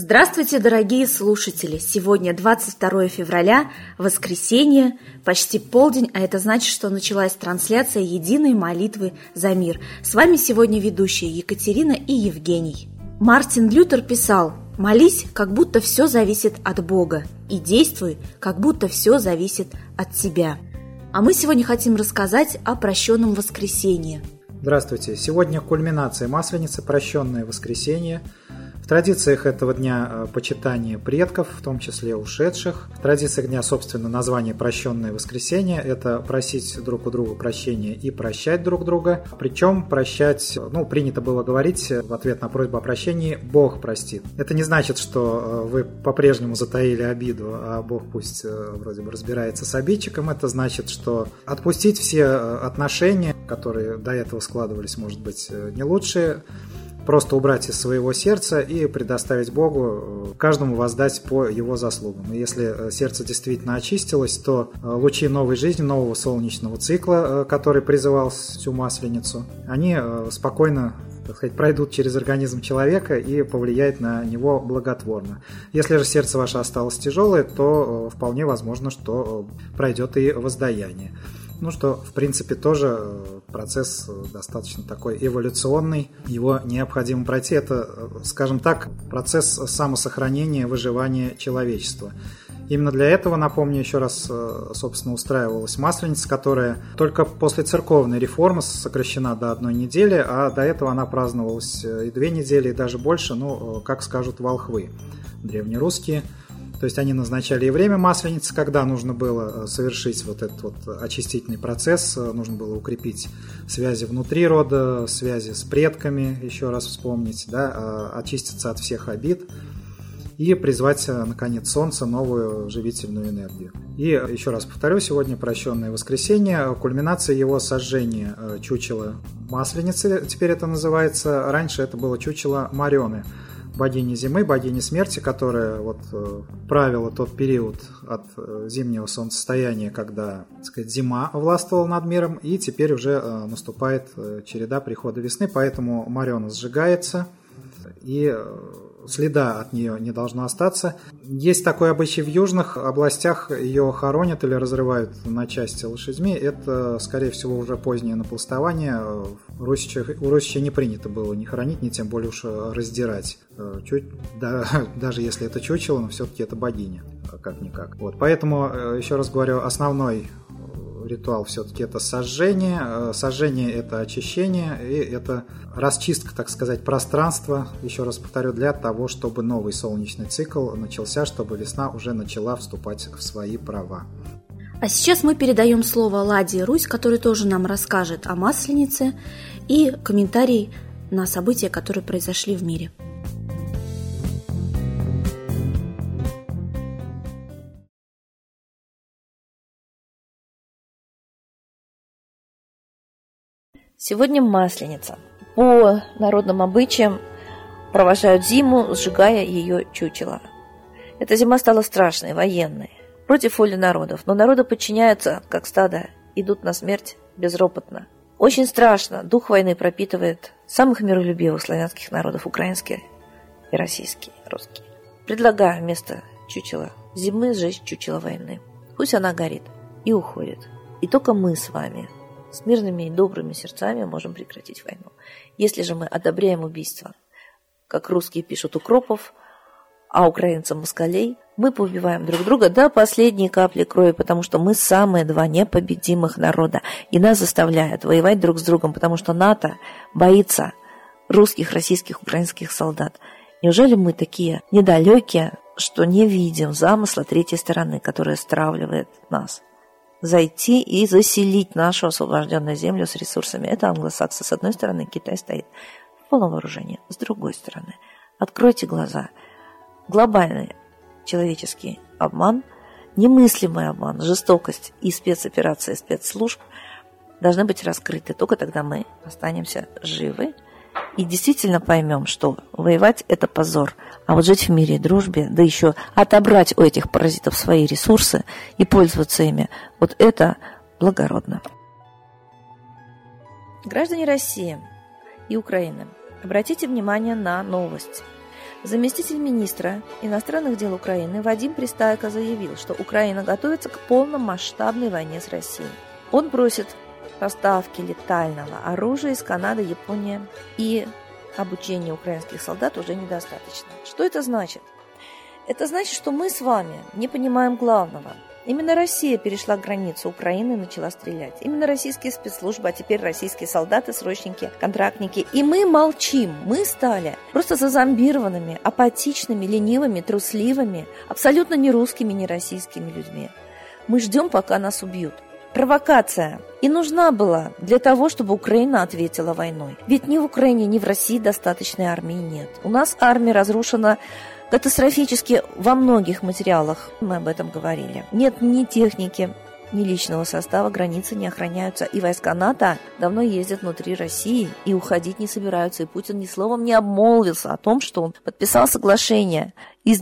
Здравствуйте, дорогие слушатели! Сегодня 22 февраля, воскресенье, почти полдень, а это значит, что началась трансляция единой молитвы за мир. С вами сегодня ведущие Екатерина и Евгений. Мартин Лютер писал: «Молись, как будто все зависит от Бога, и действуй, как будто все зависит от тебя». А мы сегодня хотим рассказать о прощенном воскресенье. Здравствуйте! Сегодня кульминация Масленицы, прощенное воскресенье. В традициях этого дня почитание предков, в том числе ушедших. В традициях дня, собственно, название «Прощенное воскресенье» – это просить друг у друга прощения и прощать друг друга. Причем прощать, принято было говорить в ответ на просьбу о прощении «Бог простит». Это не значит, что вы по-прежнему затаили обиду, а Бог пусть вроде бы разбирается с обидчиком. Это значит, что отпустить все отношения, которые до этого складывались, может быть, не лучшие, просто убрать из своего сердца и предоставить Богу, каждому воздать по его заслугам. И если сердце действительно очистилось, то лучи новой жизни, нового солнечного цикла, который призывал всю Масленицу, они спокойно, так сказать, пройдут через организм человека и повлияют на него благотворно. Если же сердце ваше осталось тяжелое, то вполне возможно, что пройдет и воздаяние. Что, в принципе, тоже процесс достаточно такой эволюционный, его необходимо пройти. Это, скажем так, процесс самосохранения, выживания человечества. Именно для этого, напомню еще раз, собственно, устраивалась Масленица, которая только после церковной реформы сокращена до 1 недели, а до этого она праздновалась и 2 недели, и даже больше, как скажут волхвы древнерусские. То есть они назначали и время Масленицы, когда нужно было совершить вот этот очистительный процесс, нужно было укрепить связи внутри рода, связи с предками, еще раз вспомнить, очиститься от всех обид и призвать, наконец, солнце, новую живительную энергию. И еще раз повторю, сегодня прощенное воскресенье, кульминация его сожжения чучела Масленицы, теперь это называется, раньше это было чучело Марены, богини зимы, богини смерти, которая правила тот период от зимнего солнцестояния, когда, так сказать, зима властвовала над миром, и теперь уже наступает череда прихода весны, поэтому Марена сжигается, и следа от нее не должно остаться. Есть такой обычай в южных областях, ее хоронят или разрывают на части лошадьми. Это, скорее всего, уже позднее напластование. У русичей не принято было ни хоронить, ни тем более уж раздирать. Даже если это чучело, но все-таки это богиня, как-никак. Поэтому, еще раз говорю, основной ритуал все-таки это сожжение. Сожжение – это очищение, и это расчистка, так сказать, пространства, еще раз повторю, для того, чтобы новый солнечный цикл начался, чтобы весна уже начала вступать в свои права. А сейчас мы передаем слово Ладе Русь, который тоже нам расскажет о Масленице и комментарий на события, которые произошли в мире. Сегодня Масленица. По народным обычаям провожают зиму, сжигая ее чучело. Эта зима стала страшной, военной, против воли народов, но народы подчиняются, как стадо, идут на смерть безропотно. Очень страшно, дух войны пропитывает самых миролюбивых славянских народов, украинские и российские, русские. Предлагаю вместо чучела зимы сжечь чучело войны. Пусть она горит и уходит. И только мы с вами с мирными и добрыми сердцами можем прекратить войну. Если же мы одобряем убийство, как русские пишут, укропов, а украинцам москалей, мы поубиваем друг друга до последней капли крови, потому что мы самые два непобедимых народа. И нас заставляют воевать друг с другом, потому что НАТО боится русских, российских, украинских солдат. Неужели мы такие недалекие, что не видим замысла третьей стороны, которая стравливает нас? Зайти и заселить нашу освобожденную землю с ресурсами. Это англосаксы. С одной стороны, Китай стоит в полном вооружении. С другой стороны, откройте глаза. Глобальный человеческий обман, немыслимый обман, жестокость и спецоперации спецслужб должны быть раскрыты. Только тогда мы останемся живы и действительно поймем, что воевать – это позор. А вот жить в мире и дружбе, да еще отобрать у этих паразитов свои ресурсы и пользоваться ими – вот это благородно. Граждане России и Украины, обратите внимание на новость. Заместитель министра иностранных дел Украины Вадим Пристайко заявил, что Украина готовится к полномасштабной войне с Россией. Он просит поставки летального оружия из Канады, Японии, и обучения украинских солдат уже недостаточно. Что это значит? Это значит, что мы с вами не понимаем главного. Именно Россия перешла границу Украины и начала стрелять. Именно российские спецслужбы, а теперь российские солдаты, срочники, контрактники. И мы молчим. Мы стали просто зазомбированными, апатичными, ленивыми, трусливыми, абсолютно не русскими, не российскими людьми. Мы ждем, пока нас убьют. Провокация и нужна была для того, чтобы Украина ответила войной. Ведь ни в Украине, ни в России достаточной армии нет. У нас армия разрушена катастрофически во многих материалах, мы об этом говорили. Нет ни техники, ни личного состава, границы не охраняются. И войска НАТО давно ездят внутри России и уходить не собираются. И Путин ни словом не обмолвился о том, что он подписал соглашение из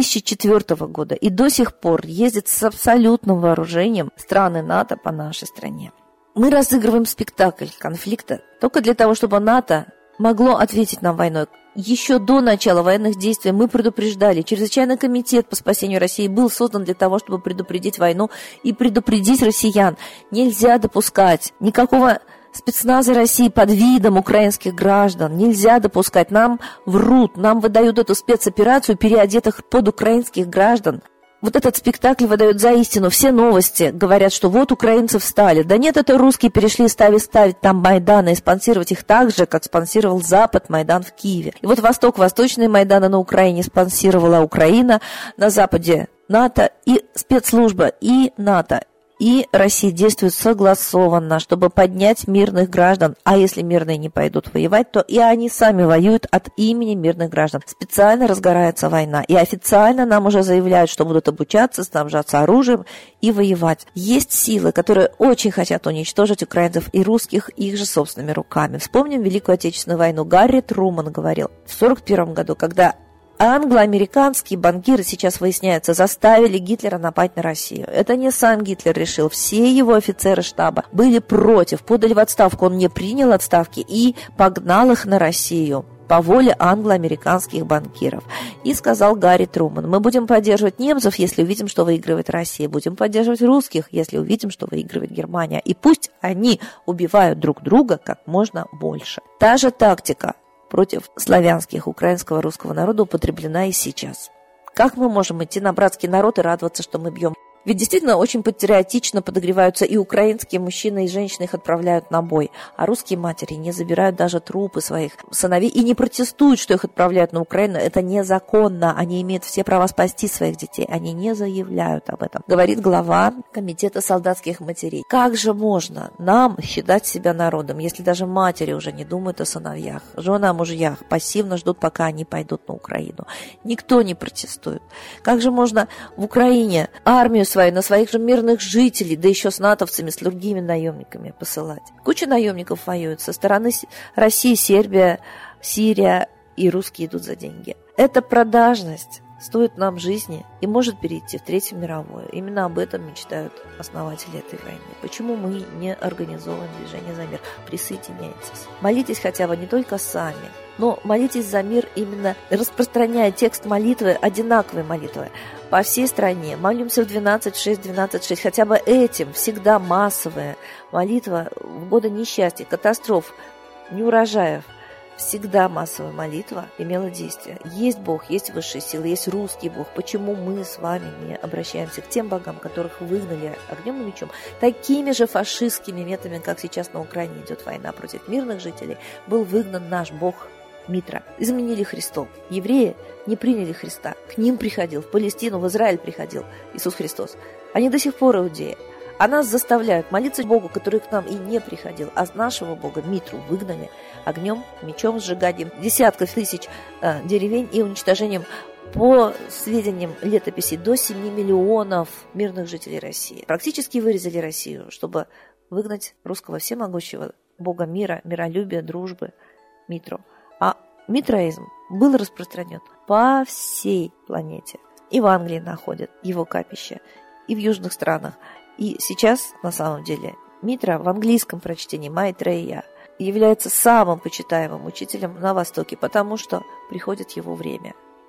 2004 года и до сих пор ездит с абсолютным вооружением страны НАТО по нашей стране. Мы разыгрываем спектакль конфликта только для того, чтобы НАТО могло ответить нам войной. Еще до начала военных действий мы предупреждали. Чрезвычайный комитет по спасению России был создан для того, чтобы предупредить войну и предупредить россиян. Нельзя допускать никакого спецназа России под видом украинских граждан. Нельзя допускать. Нам врут, нам выдают эту спецоперацию, переодетых под украинских граждан. Вот этот спектакль выдают за истину. Все новости говорят, что вот украинцы встали. Да нет, это русские перешли ставить там Майданы и спонсировать их так же, как спонсировал Запад Майдан в Киеве. И вот Восток, восточные Майданы на Украине спонсировала Украина, на Западе НАТО и спецслужба, и НАТО. И Россия действует согласованно, чтобы поднять мирных граждан. А если мирные не пойдут воевать, то и они сами воюют от имени мирных граждан. Специально разгорается война. И официально нам уже заявляют, что будут обучаться, снабжаться оружием и воевать. Есть силы, которые очень хотят уничтожить украинцев и русских их же собственными руками. Вспомним Великую Отечественную войну. Гарри Труман говорил в 1941 году, когда англо-американские банкиры, сейчас выясняется, заставили Гитлера напасть на Россию. Это не сам Гитлер решил. Все его офицеры штаба были против, подали в отставку. Он не принял отставки и погнал их на Россию по воле англо-американских банкиров. И сказал Гарри Труман: мы будем поддерживать немцев, если увидим, что выигрывает Россия. Будем поддерживать русских, если увидим, что выигрывает Германия. И пусть они убивают друг друга как можно больше. Та же тактика против славянских, украинского, русского народа употреблена и сейчас. Как мы можем идти на братский народ и радоваться, что мы бьем? Ведь действительно очень патриотично подогреваются и украинские мужчины, и женщины, их отправляют на бой. А русские матери не забирают даже трупы своих сыновей и не протестуют, что их отправляют на Украину. Это незаконно. Они имеют все права спасти своих детей. Они не заявляют об этом. Говорит глава комитета солдатских матерей. Как же можно нам считать себя народом, если даже матери уже не думают о сыновьях, жены о мужьях, пассивно ждут, пока они пойдут на Украину? Никто не протестует. Как же можно в Украине армию свою на своих же мирных жителей, да еще с натовцами, с другими наемниками посылать? Куча наемников воюет со стороны России, Сербия, Сирия, и русские идут за деньги. Эта продажность стоит нам жизни и может перейти в Третью мировую. Именно об этом мечтают основатели этой войны. Почему мы не организовываем движение за мир? Присоединяйтесь. Молитесь хотя бы не только сами, но молитесь за мир, именно распространяя текст молитвы, одинаковой молитвы по всей стране. Молимся в 12.6, 12.6. Хотя бы этим всегда массовая молитва в годы несчастья, катастроф, неурожаев. Всегда массовая молитва имела действие. Есть Бог, есть высшие силы, есть русский Бог. Почему мы с вами не обращаемся к тем богам, которых выгнали огнем и мечом? Такими же фашистскими методами, как сейчас на Украине идет война против мирных жителей, был выгнан наш Бог Митра. Изменили Христом. Евреи не приняли Христа. К ним приходил, в Палестину, в Израиль приходил Иисус Христос. Они до сих пор иудеи. А нас заставляют молиться Богу, который к нам и не приходил, а нашего Бога Митру выгнали огнем, мечом, сжиганием десятков тысяч деревень и уничтожением, по сведениям летописей, до 7 миллионов мирных жителей России. Практически вырезали Россию, чтобы выгнать русского всемогущего Бога мира, миролюбия, дружбы Митру. А митраизм был распространен по всей планете. И в Англии находят его капище, и в южных странах. И сейчас, на самом деле, Митра в английском прочтении Майтрея является самым почитаемым учителем на Востоке, потому что приходит его время.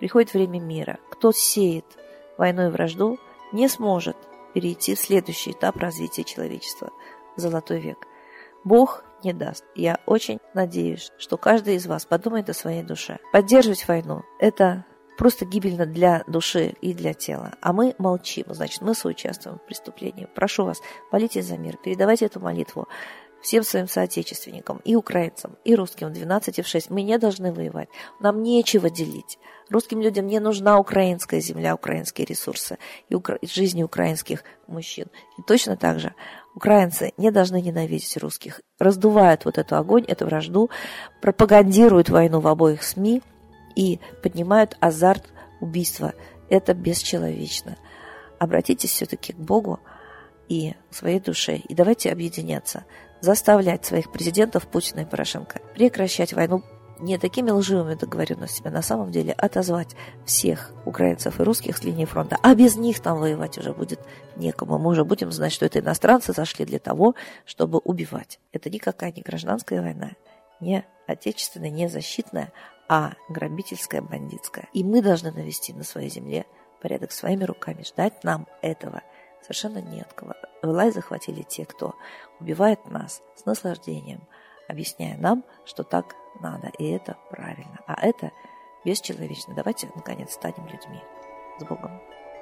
Приходит время мира. Кто сеет войну и вражду, не сможет перейти в следующий этап развития человечества – Золотой век. Бог не даст. Я очень надеюсь, что каждый из вас подумает о своей душе. Поддерживать войну – это просто гибельно для души и для тела. А мы молчим, значит, мы соучаствуем в преступлении. Прошу вас, молитесь за мир, передавайте эту молитву всем своим соотечественникам, и украинцам, и русским в 12 и в 6. Мы не должны воевать. Нам нечего делить. Русским людям не нужна украинская земля, украинские ресурсы и жизни украинских мужчин. И точно так же украинцы не должны ненавидеть русских. Раздувают вот эту огонь, эту вражду, пропагандируют войну в обоих СМИ и поднимают азарт убийства. Это бесчеловечно. Обратитесь все-таки к Богу и к своей душе. И давайте объединяться. Заставлять своих президентов Путина и Порошенко прекращать войну не такими лживыми договоренностями, на самом деле отозвать всех украинцев и русских с линии фронта, а без них там воевать уже будет некому. Мы уже будем знать, что это иностранцы зашли для того, чтобы убивать. Это никакая не гражданская война, не отечественная, не защитная, а грабительская, бандитская. И мы должны навести на своей земле порядок своими руками. Ждать нам этого совершенно не от кого. Власть захватили те, кто убивает нас с наслаждением, объясняя нам, что так надо, и это правильно. А это бесчеловечно. Давайте, наконец, станем людьми. С Богом.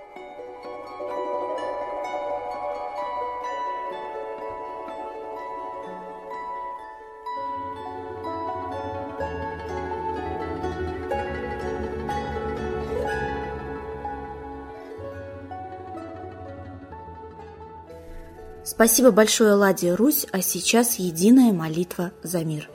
Спасибо большое, Ладия Русь, а сейчас единая молитва за мир.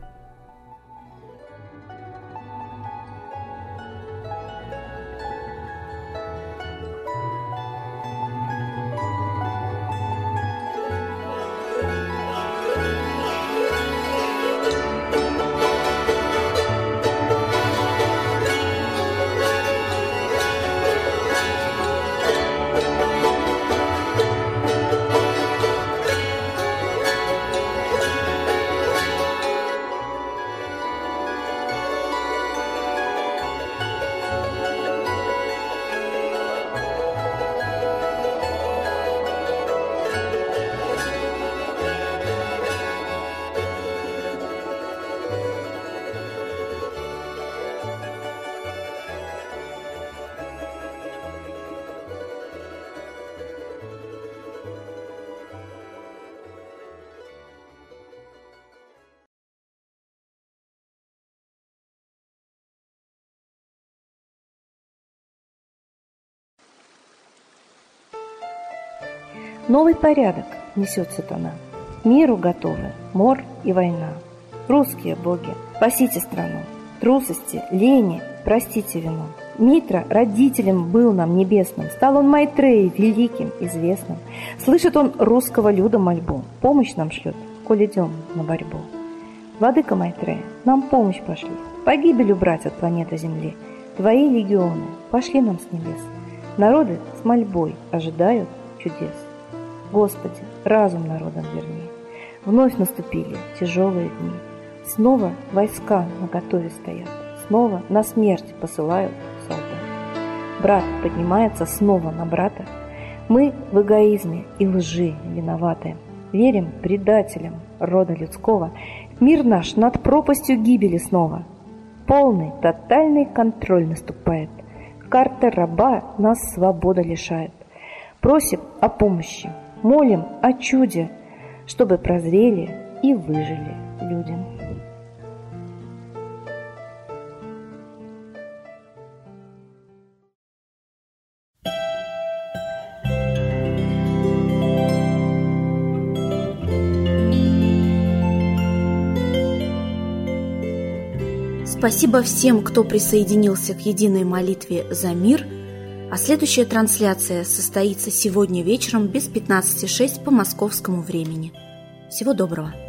Новый порядок несет сатана. Миру готовы мор и война. Русские боги, спасите страну. Трусости, лени, простите вину. Митра родителем был нам небесным, стал он Майтреей великим, известным. Слышит он русского люда мольбу, помощь нам шлет, коль идем на борьбу. Владыка Майтрея, нам помощь пошли, погибель убрать от планеты Земли. Твои легионы пошли нам с небес. Народы с мольбой ожидают чудес. Господи, разум народам верни. Вновь наступили тяжелые дни. Снова войска наготове стоят. Снова на смерть посылают солдат. Брат поднимается снова на брата. Мы в эгоизме и лжи виноваты. Верим предателям рода людского. Мир наш над пропастью гибели снова. Полный, тотальный контроль наступает. Карта раба нас свобода лишает. Просим о помощи. Молим о чуде, чтобы прозрели и выжили люди. Спасибо всем, кто присоединился к единой молитве за мир. А следующая трансляция состоится сегодня вечером без 15:06 по московскому времени. Всего доброго!